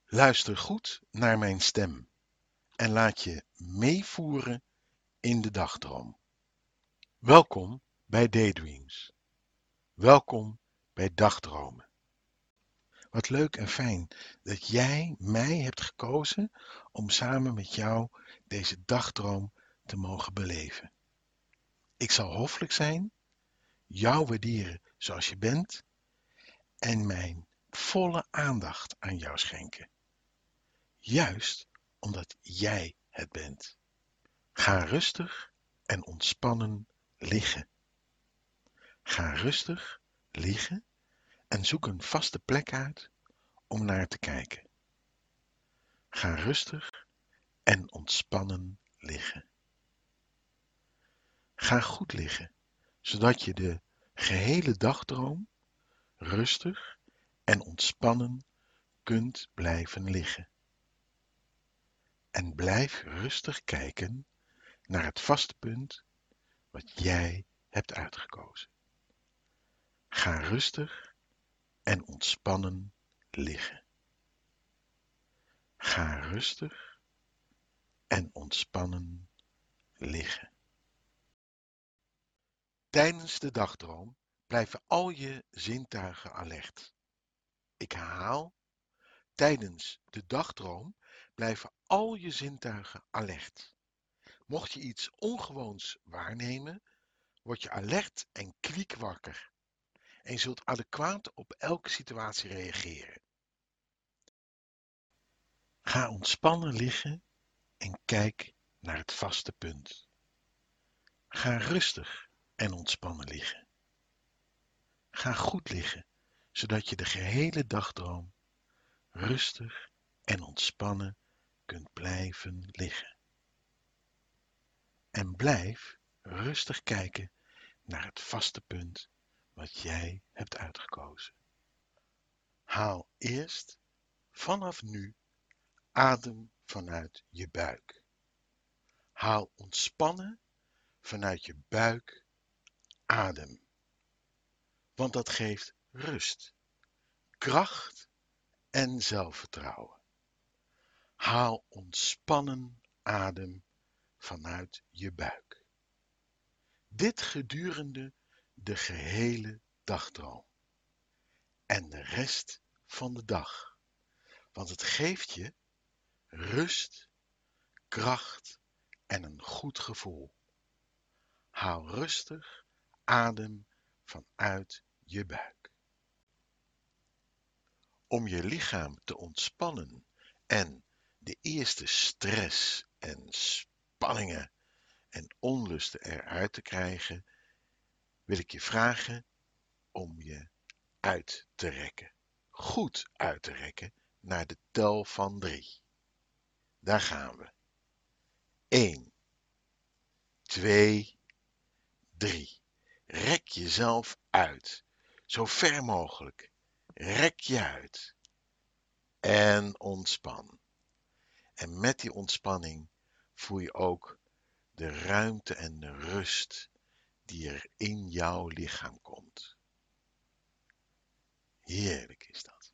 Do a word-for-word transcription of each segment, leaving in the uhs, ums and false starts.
Luister goed naar mijn stem en laat je meevoeren in de dagdroom. Welkom bij Daydreams. Welkom bij Dagdromen. Wat leuk en fijn dat jij mij hebt gekozen om samen met jou deze dagdroom te mogen beleven. Ik zal hoffelijk zijn, jou waarderen zoals je bent en mijn volle aandacht aan jou schenken. Juist omdat jij het bent. Ga rustig en ontspannen liggen. Ga rustig liggen en zoek een vaste plek uit om naar te kijken. Ga rustig en ontspannen liggen. Ga goed liggen, zodat je de gehele dagdroom rustig en ontspannen kunt blijven liggen. En blijf rustig kijken naar het vaste punt wat jij hebt uitgekozen. Ga rustig en ontspannen liggen. Ga rustig en ontspannen liggen. Tijdens de dagdroom blijven al je zintuigen alert. Ik herhaal, tijdens de dagdroom blijven al je zintuigen alert. Mocht je iets ongewoons waarnemen, word je alert en kwiekwakker en je zult adequaat op elke situatie reageren. Ga ontspannen liggen en kijk naar het vaste punt. Ga rustig en ontspannen liggen. Ga goed liggen, zodat je de gehele dagdroom rustig en ontspannen kunt blijven liggen. En blijf rustig kijken naar het vaste punt wat jij hebt uitgekozen. Haal eerst vanaf nu adem vanuit je buik. Haal ontspannen vanuit je buik adem. Want dat geeft rust, kracht en zelfvertrouwen. Haal ontspannen adem vanuit je buik. Dit gedurende de gehele dagdroom. En de rest van de dag. Want het geeft je rust, kracht en een goed gevoel. Haal rustig adem vanuit je buik. Om je lichaam te ontspannen en de eerste stress en spanningen en onlusten eruit te krijgen, wil ik je vragen om je uit te rekken. Goed uit te rekken naar de tel van drie. Daar gaan we. één, twee, drie. Rek jezelf uit. Zo ver mogelijk. Rek je uit. En ontspan. En met die ontspanning voel je ook de ruimte en de rust die er in jouw lichaam komt. Heerlijk is dat.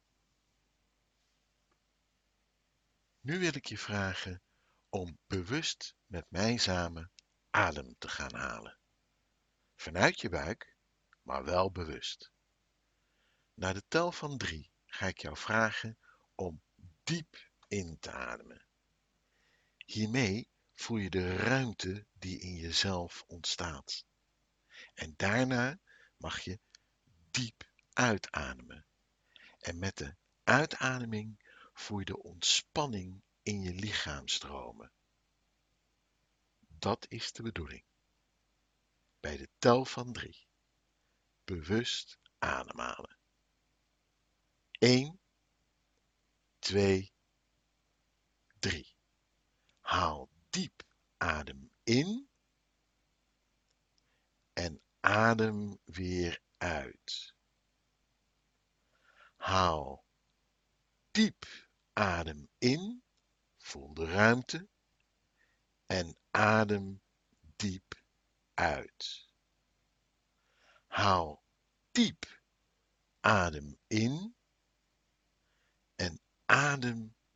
Nu wil ik je vragen om bewust met mij samen adem te gaan halen. Vanuit je buik, maar wel bewust. Na de tel van drie ga ik jou vragen om diep in te ademen. Hiermee voel je de ruimte die in jezelf ontstaat. En daarna mag je diep uitademen. En met de uitademing voel je de ontspanning in je lichaam stromen. Dat is de bedoeling. Bij de tel van drie. Bewust ademhalen. één, twee, drie. Haal diep adem in. En adem weer uit. Haal diep adem in. Voel de ruimte. En adem diep uit. Haal diep adem in. En adem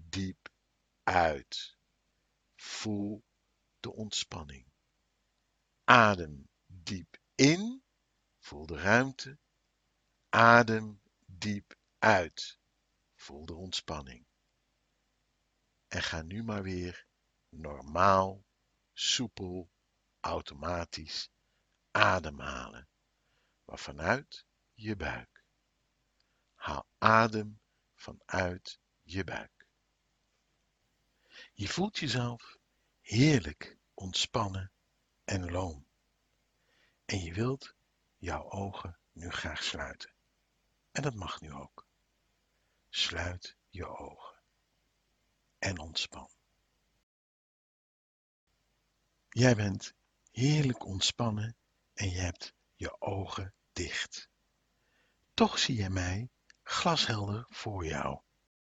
diep uit. Voel de ontspanning. Adem diep in. Voel de ruimte. Adem diep uit. Voel de ontspanning. En ga nu maar weer normaal, soepel, automatisch ademhalen. Maar vanuit je buik. Haal adem vanuit je buik. Je voelt jezelf heerlijk ontspannen en loom. En je wilt jouw ogen nu graag sluiten. En dat mag nu ook. Sluit je ogen en ontspan. Jij bent heerlijk ontspannen en je hebt je ogen dicht. Toch zie je mij glashelder voor jou.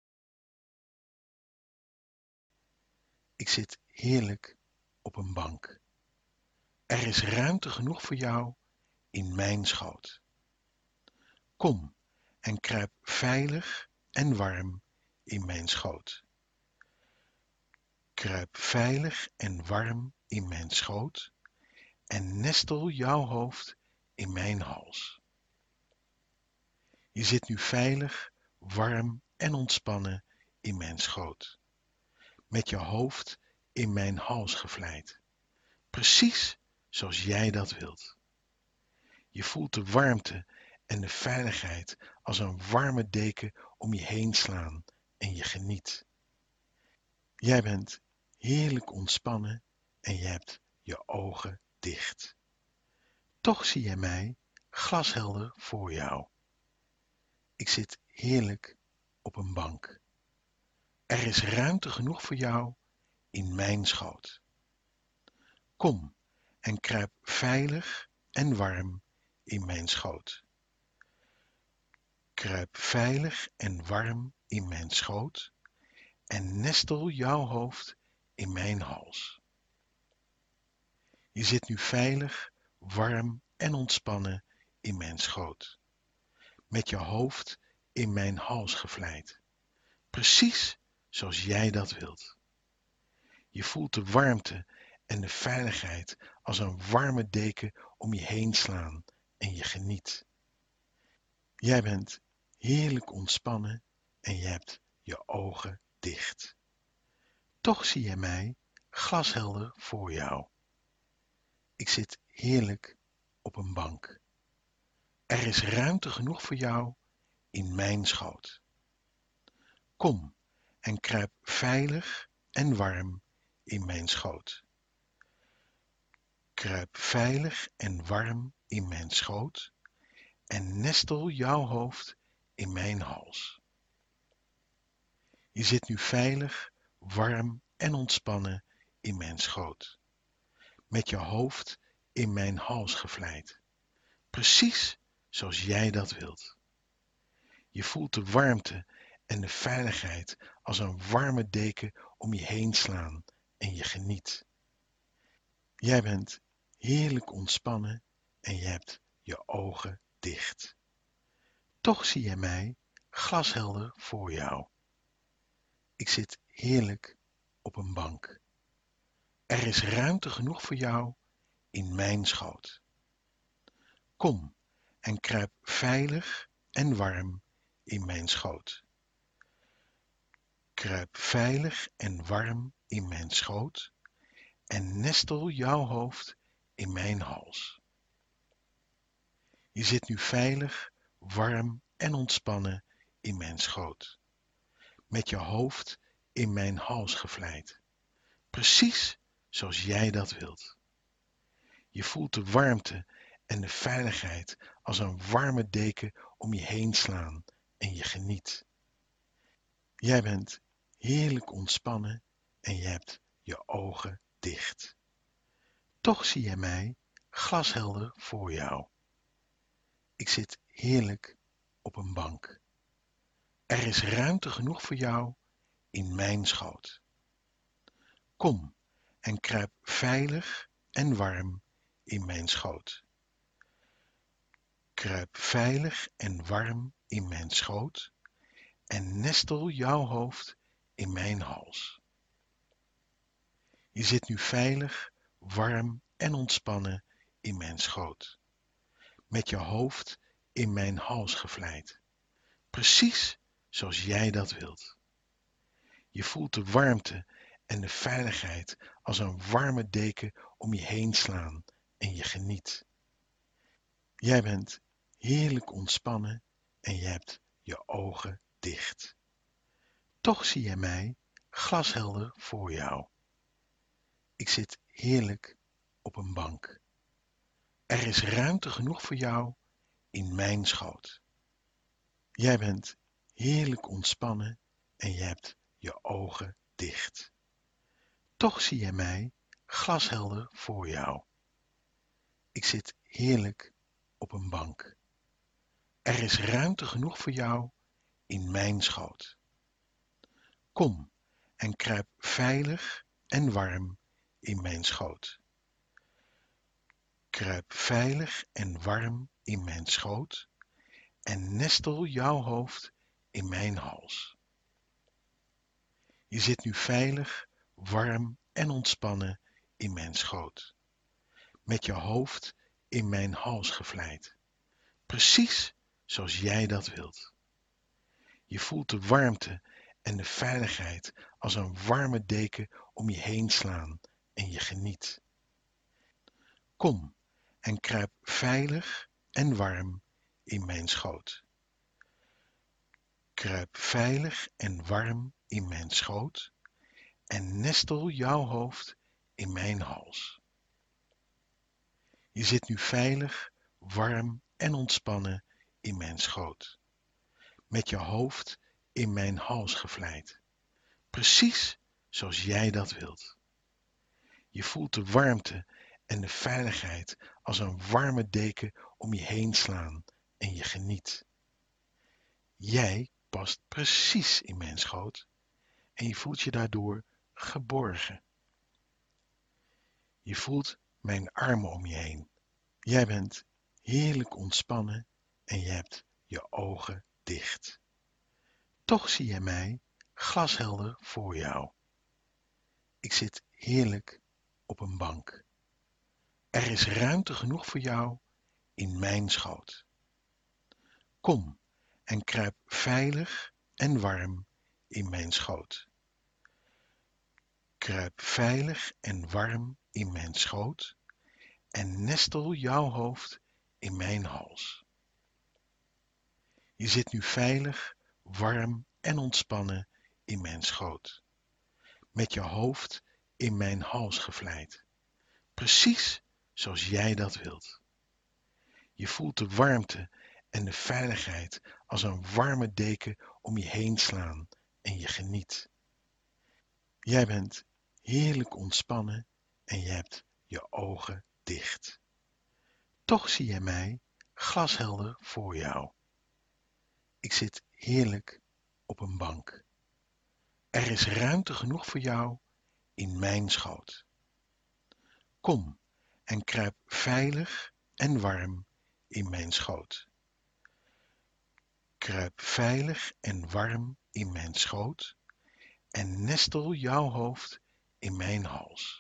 Ik zit heerlijk op een bank. Er is ruimte genoeg voor jou in mijn schoot. Kom en kruip veilig en warm in mijn schoot. Kruip veilig en warm in mijn schoot en nestel jouw hoofd in mijn hals. Je zit nu veilig, warm en ontspannen in mijn schoot, met je hoofd in mijn hals gevlijd, precies zoals jij dat wilt. Je voelt de warmte en de veiligheid als een warme deken om je heen slaan en je geniet. Jij bent heerlijk ontspannen en je hebt je ogen dicht. Toch zie je mij glashelder voor jou. Ik zit heerlijk op een bank. Er is ruimte genoeg voor jou in mijn schoot. Kom en kruip veilig en warm in mijn schoot. Kruip veilig en warm in mijn schoot en nestel jouw hoofd in mijn hals. Je zit nu veilig, warm en ontspannen in mijn schoot, met je hoofd in mijn hals gevlijd, precies zoals jij dat wilt. Je voelt de warmte en de veiligheid als een warme deken om je heen slaan en je geniet. Jij bent heerlijk ontspannen en je hebt je ogen dicht. Toch zie je mij glashelder voor jou. Ik zit heerlijk op een bank. Er is ruimte genoeg voor jou in mijn schoot. Kom en kruip veilig en warm in mijn schoot. Kruip veilig en warm in mijn schoot en nestel jouw hoofd in mijn hals. Je zit nu veilig, warm en ontspannen in mijn schoot, met je hoofd in mijn hals gevlijd, precies zoals jij dat wilt. Je voelt de warmte en de veiligheid als een warme deken om je heen slaan en je geniet. Jij bent heerlijk ontspannen en je hebt je ogen dicht. Toch zie je mij glashelder voor jou. Ik zit heerlijk op een bank. Er is ruimte genoeg voor jou in mijn schoot. Kom en kruip veilig en warm in mijn schoot. Kruip veilig en warm in mijn schoot en nestel jouw hoofd in mijn hals. Je zit nu veilig, warm en ontspannen in mijn schoot. Kom en kruip veilig en warm in mijn schoot. Kruip veilig en warm in mijn schoot en nestel jouw hoofd in mijn hals. Je zit nu veilig, warm en ontspannen in mijn schoot. Kruip veilig en warm in mijn schoot en nestel jouw hoofd in mijn hals. Je zit nu veilig, warm en ontspannen in mijn schoot, met je hoofd in mijn hals gevlijd, precies zoals jij dat wilt. Je voelt de warmte en de veiligheid als een warme deken om je heen slaan en je geniet. Jij bent heerlijk ontspannen en je hebt je ogen dicht. Toch zie je mij glashelder voor jou. Ik zit heerlijk op een bank. Er is ruimte genoeg voor jou in mijn schoot. Kom en kruip veilig en warm in mijn schoot. Kruip veilig en warm in mijn schoot en nestel jouw hoofd in mijn hals. Je zit nu veilig, warm en ontspannen in mijn schoot, met je hoofd in mijn hals gevlijd, precies zoals jij dat wilt. Je voelt de warmte en de veiligheid als een warme deken om je heen slaan en je geniet. Jij bent heerlijk ontspannen en je hebt je ogen dicht. Toch zie je mij glashelder voor jou. Ik zit heerlijk op een bank. Er is ruimte genoeg voor jou in mijn schoot. Jij bent heerlijk ontspannen en je hebt je ogen dicht. Toch zie je mij glashelder voor jou. Ik zit heerlijk op een bank. Er is ruimte genoeg voor jou in mijn schoot. Kom en kruip veilig en warm in mijn schoot. Kruip veilig en warm in mijn schoot en nestel jouw hoofd in mijn hals. Je zit nu veilig, warm en ontspannen in mijn schoot, met je hoofd in mijn hals gevlijd, precies zoals jij dat wilt. Je voelt de warmte en de veiligheid als een warme deken om je heen slaan en je geniet. Kom en kruip veilig en warm in mijn schoot. Kruip veilig en warm in mijn schoot en nestel jouw hoofd in mijn hals. Je zit nu veilig, warm en ontspannen in mijn schoot, met je hoofd in mijn hals gevlijd, precies zoals jij dat wilt. Je voelt de warmte en de veiligheid als een warme deken om je heen slaan en je geniet. Jij past precies in mijn schoot en je voelt je daardoor geborgen. Je voelt mijn armen om je heen. Jij bent heerlijk ontspannen en je hebt je ogen dicht. Toch zie je mij glashelder voor jou. Ik zit heerlijk op een bank. Er is ruimte genoeg voor jou in mijn schoot. Kom en kruip veilig en warm in mijn schoot. Kruip veilig en warm in mijn schoot en nestel jouw hoofd in mijn hals. Je zit nu veilig, warm en ontspannen in mijn schoot, met je hoofd in mijn hals gevlijd, precies zoals jij dat wilt. Je voelt de warmte en de veiligheid als een warme deken om je heen slaan en je geniet. Jij bent heerlijk ontspannen en je hebt je ogen dicht. Toch zie je mij glashelder voor jou. Ik zit heerlijk op een bank. Er is ruimte genoeg voor jou in mijn schoot. Kom en kruip veilig en warm in mijn schoot. Kruip veilig en warm in mijn schoot en nestel jouw hoofd in mijn hals.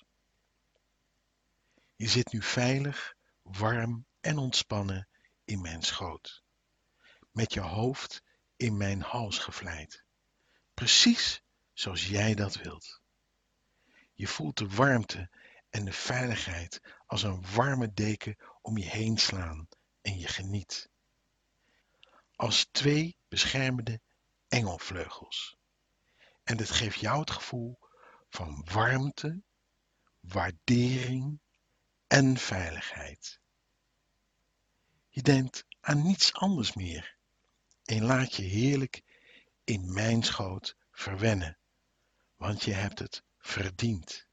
Je zit nu veilig, warm en ontspannen in mijn schoot, met je hoofd in mijn hals gevlijd, precies zoals jij dat wilt. Je voelt de warmte en de veiligheid als een warme deken om je heen slaan en je geniet. Als twee beschermende engelvleugels. En dit geeft jou het gevoel van warmte, waardering en veiligheid. Je denkt aan niets anders meer en laat je heerlijk in mijn schoot verwennen, want je hebt het verdiend.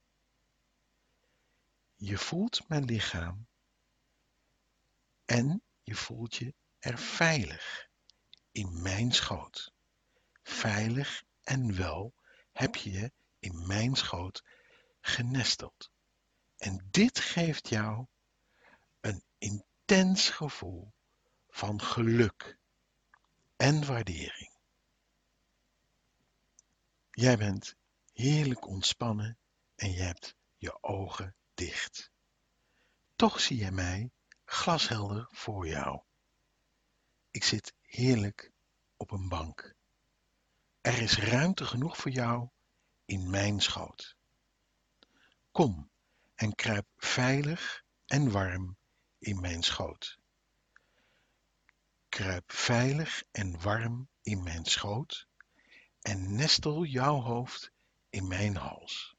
Je voelt mijn lichaam en je voelt je er veilig in mijn schoot. Veilig en wel heb je je in mijn schoot genesteld. En dit geeft jou een intens gevoel van geluk en waardering. Jij bent heerlijk ontspannen en je hebt je ogen dicht. Toch zie je mij glashelder voor jou. Ik zit heerlijk op een bank. Er is ruimte genoeg voor jou in mijn schoot. Kom en kruip veilig en warm in mijn schoot. Kruip veilig en warm in mijn schoot en nestel jouw hoofd in mijn hals.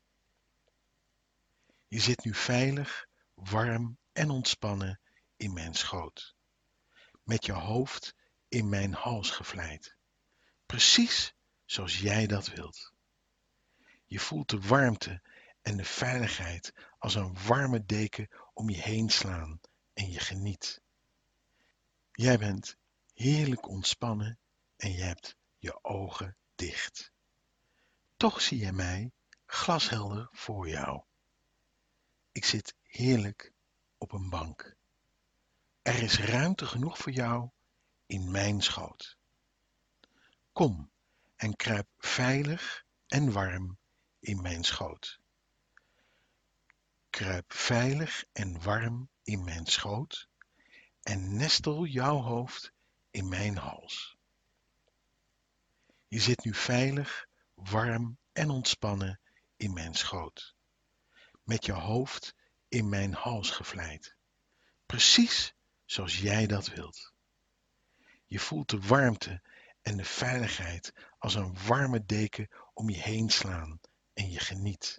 Je zit nu veilig, warm en ontspannen in mijn schoot, met je hoofd in mijn hals gevlijd, precies zoals jij dat wilt. Je voelt de warmte en de veiligheid als een warme deken om je heen slaan en je geniet. Jij bent heerlijk ontspannen en je hebt je ogen dicht. Toch zie je mij glashelder voor jou. Ik zit heerlijk op een bank. Er is ruimte genoeg voor jou in mijn schoot. Kom en kruip veilig en warm in mijn schoot. Kruip veilig en warm in mijn schoot en nestel jouw hoofd in mijn hals. Je zit nu veilig, warm en ontspannen in mijn schoot, met je hoofd in mijn hals gevlijd, precies zoals jij dat wilt. Je voelt de warmte en de veiligheid als een warme deken om je heen slaan en je geniet.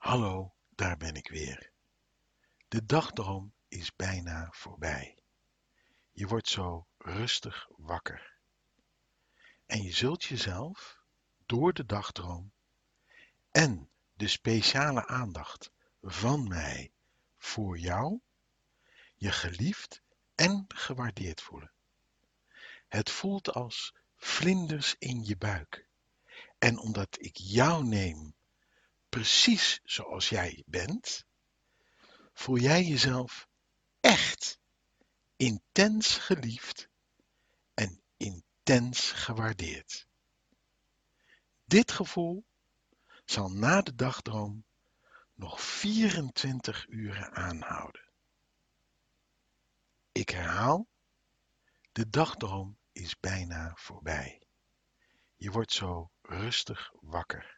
Hallo, daar ben ik weer. De dagdroom is bijna voorbij. Je wordt zo rustig wakker. En je zult jezelf door de dagdroom en de speciale aandacht van mij voor jou, je geliefd en gewaardeerd voelen. Het voelt als vlinders in je buik. En omdat ik jou neem, precies zoals jij bent, voel jij jezelf echt intens geliefd en intens gewaardeerd. Dit gevoel zal na de dagdroom nog vierentwintig uren aanhouden. Ik herhaal, de dagdroom is bijna voorbij. Je wordt zo rustig wakker.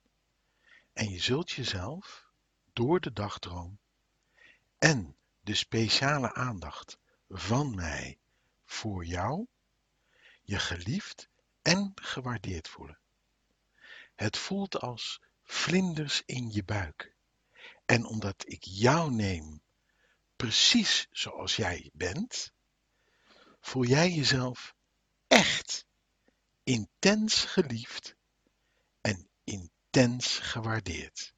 En je zult jezelf door de dagdroom en de speciale aandacht van mij voor jou, je geliefd en gewaardeerd voelen. Het voelt als vlinders in je buik. En omdat ik jou neem, precies zoals jij bent, voel jij jezelf echt intens geliefd en intens gewaardeerd.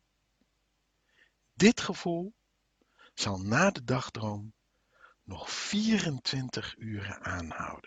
Dit gevoel zal na de dagdroom nog vierentwintig uren aanhouden.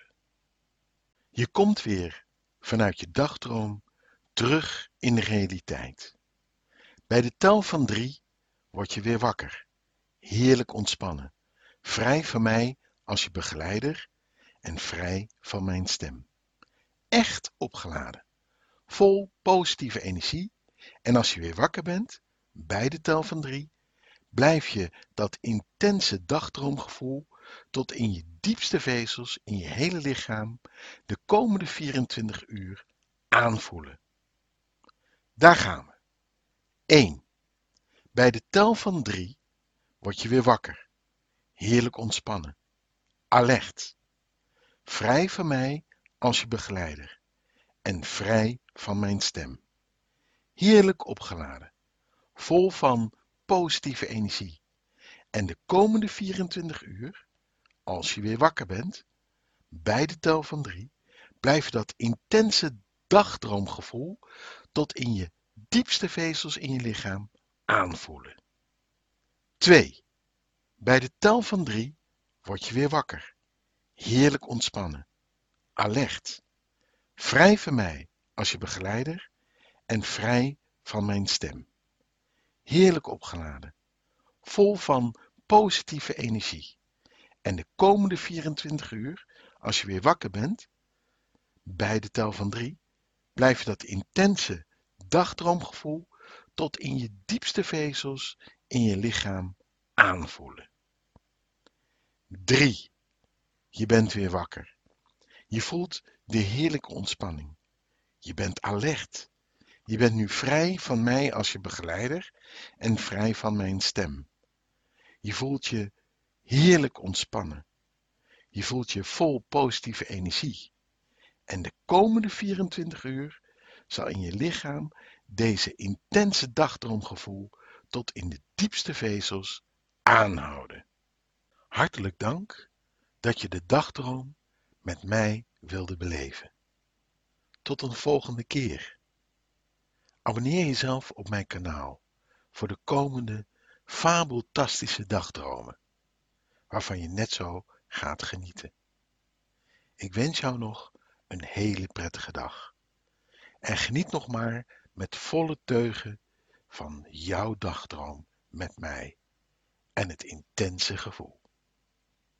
Je komt weer vanuit je dagdroom terug in de realiteit. Bij de tel van drie word je weer wakker, heerlijk ontspannen, vrij van mij als je begeleider en vrij van mijn stem. Echt opgeladen, vol positieve energie en als je weer wakker bent, bij de tel van drie, blijf je dat intense dagdroomgevoel tot in je diepste vezels in je hele lichaam de komende vierentwintig uur aanvoelen. Daar gaan we. één. Bij de tel van drie word je weer wakker, heerlijk ontspannen, alert, vrij van mij als je begeleider en vrij van mijn stem. Heerlijk opgeladen, vol van positieve energie. En de komende vierentwintig uur, als je weer wakker bent, bij de tel van drie, blijf dat intense dagdroomgevoel tot in je diepste vezels in je lichaam aanvoelen. twee. Bij de tel van drie word je weer wakker, heerlijk ontspannen, alert, vrij van mij als je begeleider en vrij van mijn stem. Heerlijk opgeladen, vol van positieve energie. En de komende vierentwintig uur, als je weer wakker bent, bij de tel van drie, blijf je dat intense dagdroomgevoel tot in je diepste vezels in je lichaam aanvoelen. drie. Je bent weer wakker. Je voelt de heerlijke ontspanning. Je bent alert. Je bent nu vrij van mij als je begeleider en vrij van mijn stem. Je voelt je heerlijk ontspannen. Je voelt je vol positieve energie. En de komende vierentwintig uur zal in je lichaam deze intense dagdroomgevoel tot in de diepste vezels aanhouden. Hartelijk dank dat je de dagdroom met mij wilde beleven. Tot een volgende keer. Abonneer jezelf op mijn kanaal voor de komende fabeltastische dagdromen, waarvan je net zo gaat genieten. Ik wens jou nog een hele prettige dag. En geniet nog maar met volle teugen van jouw dagdroom met mij en het intense gevoel.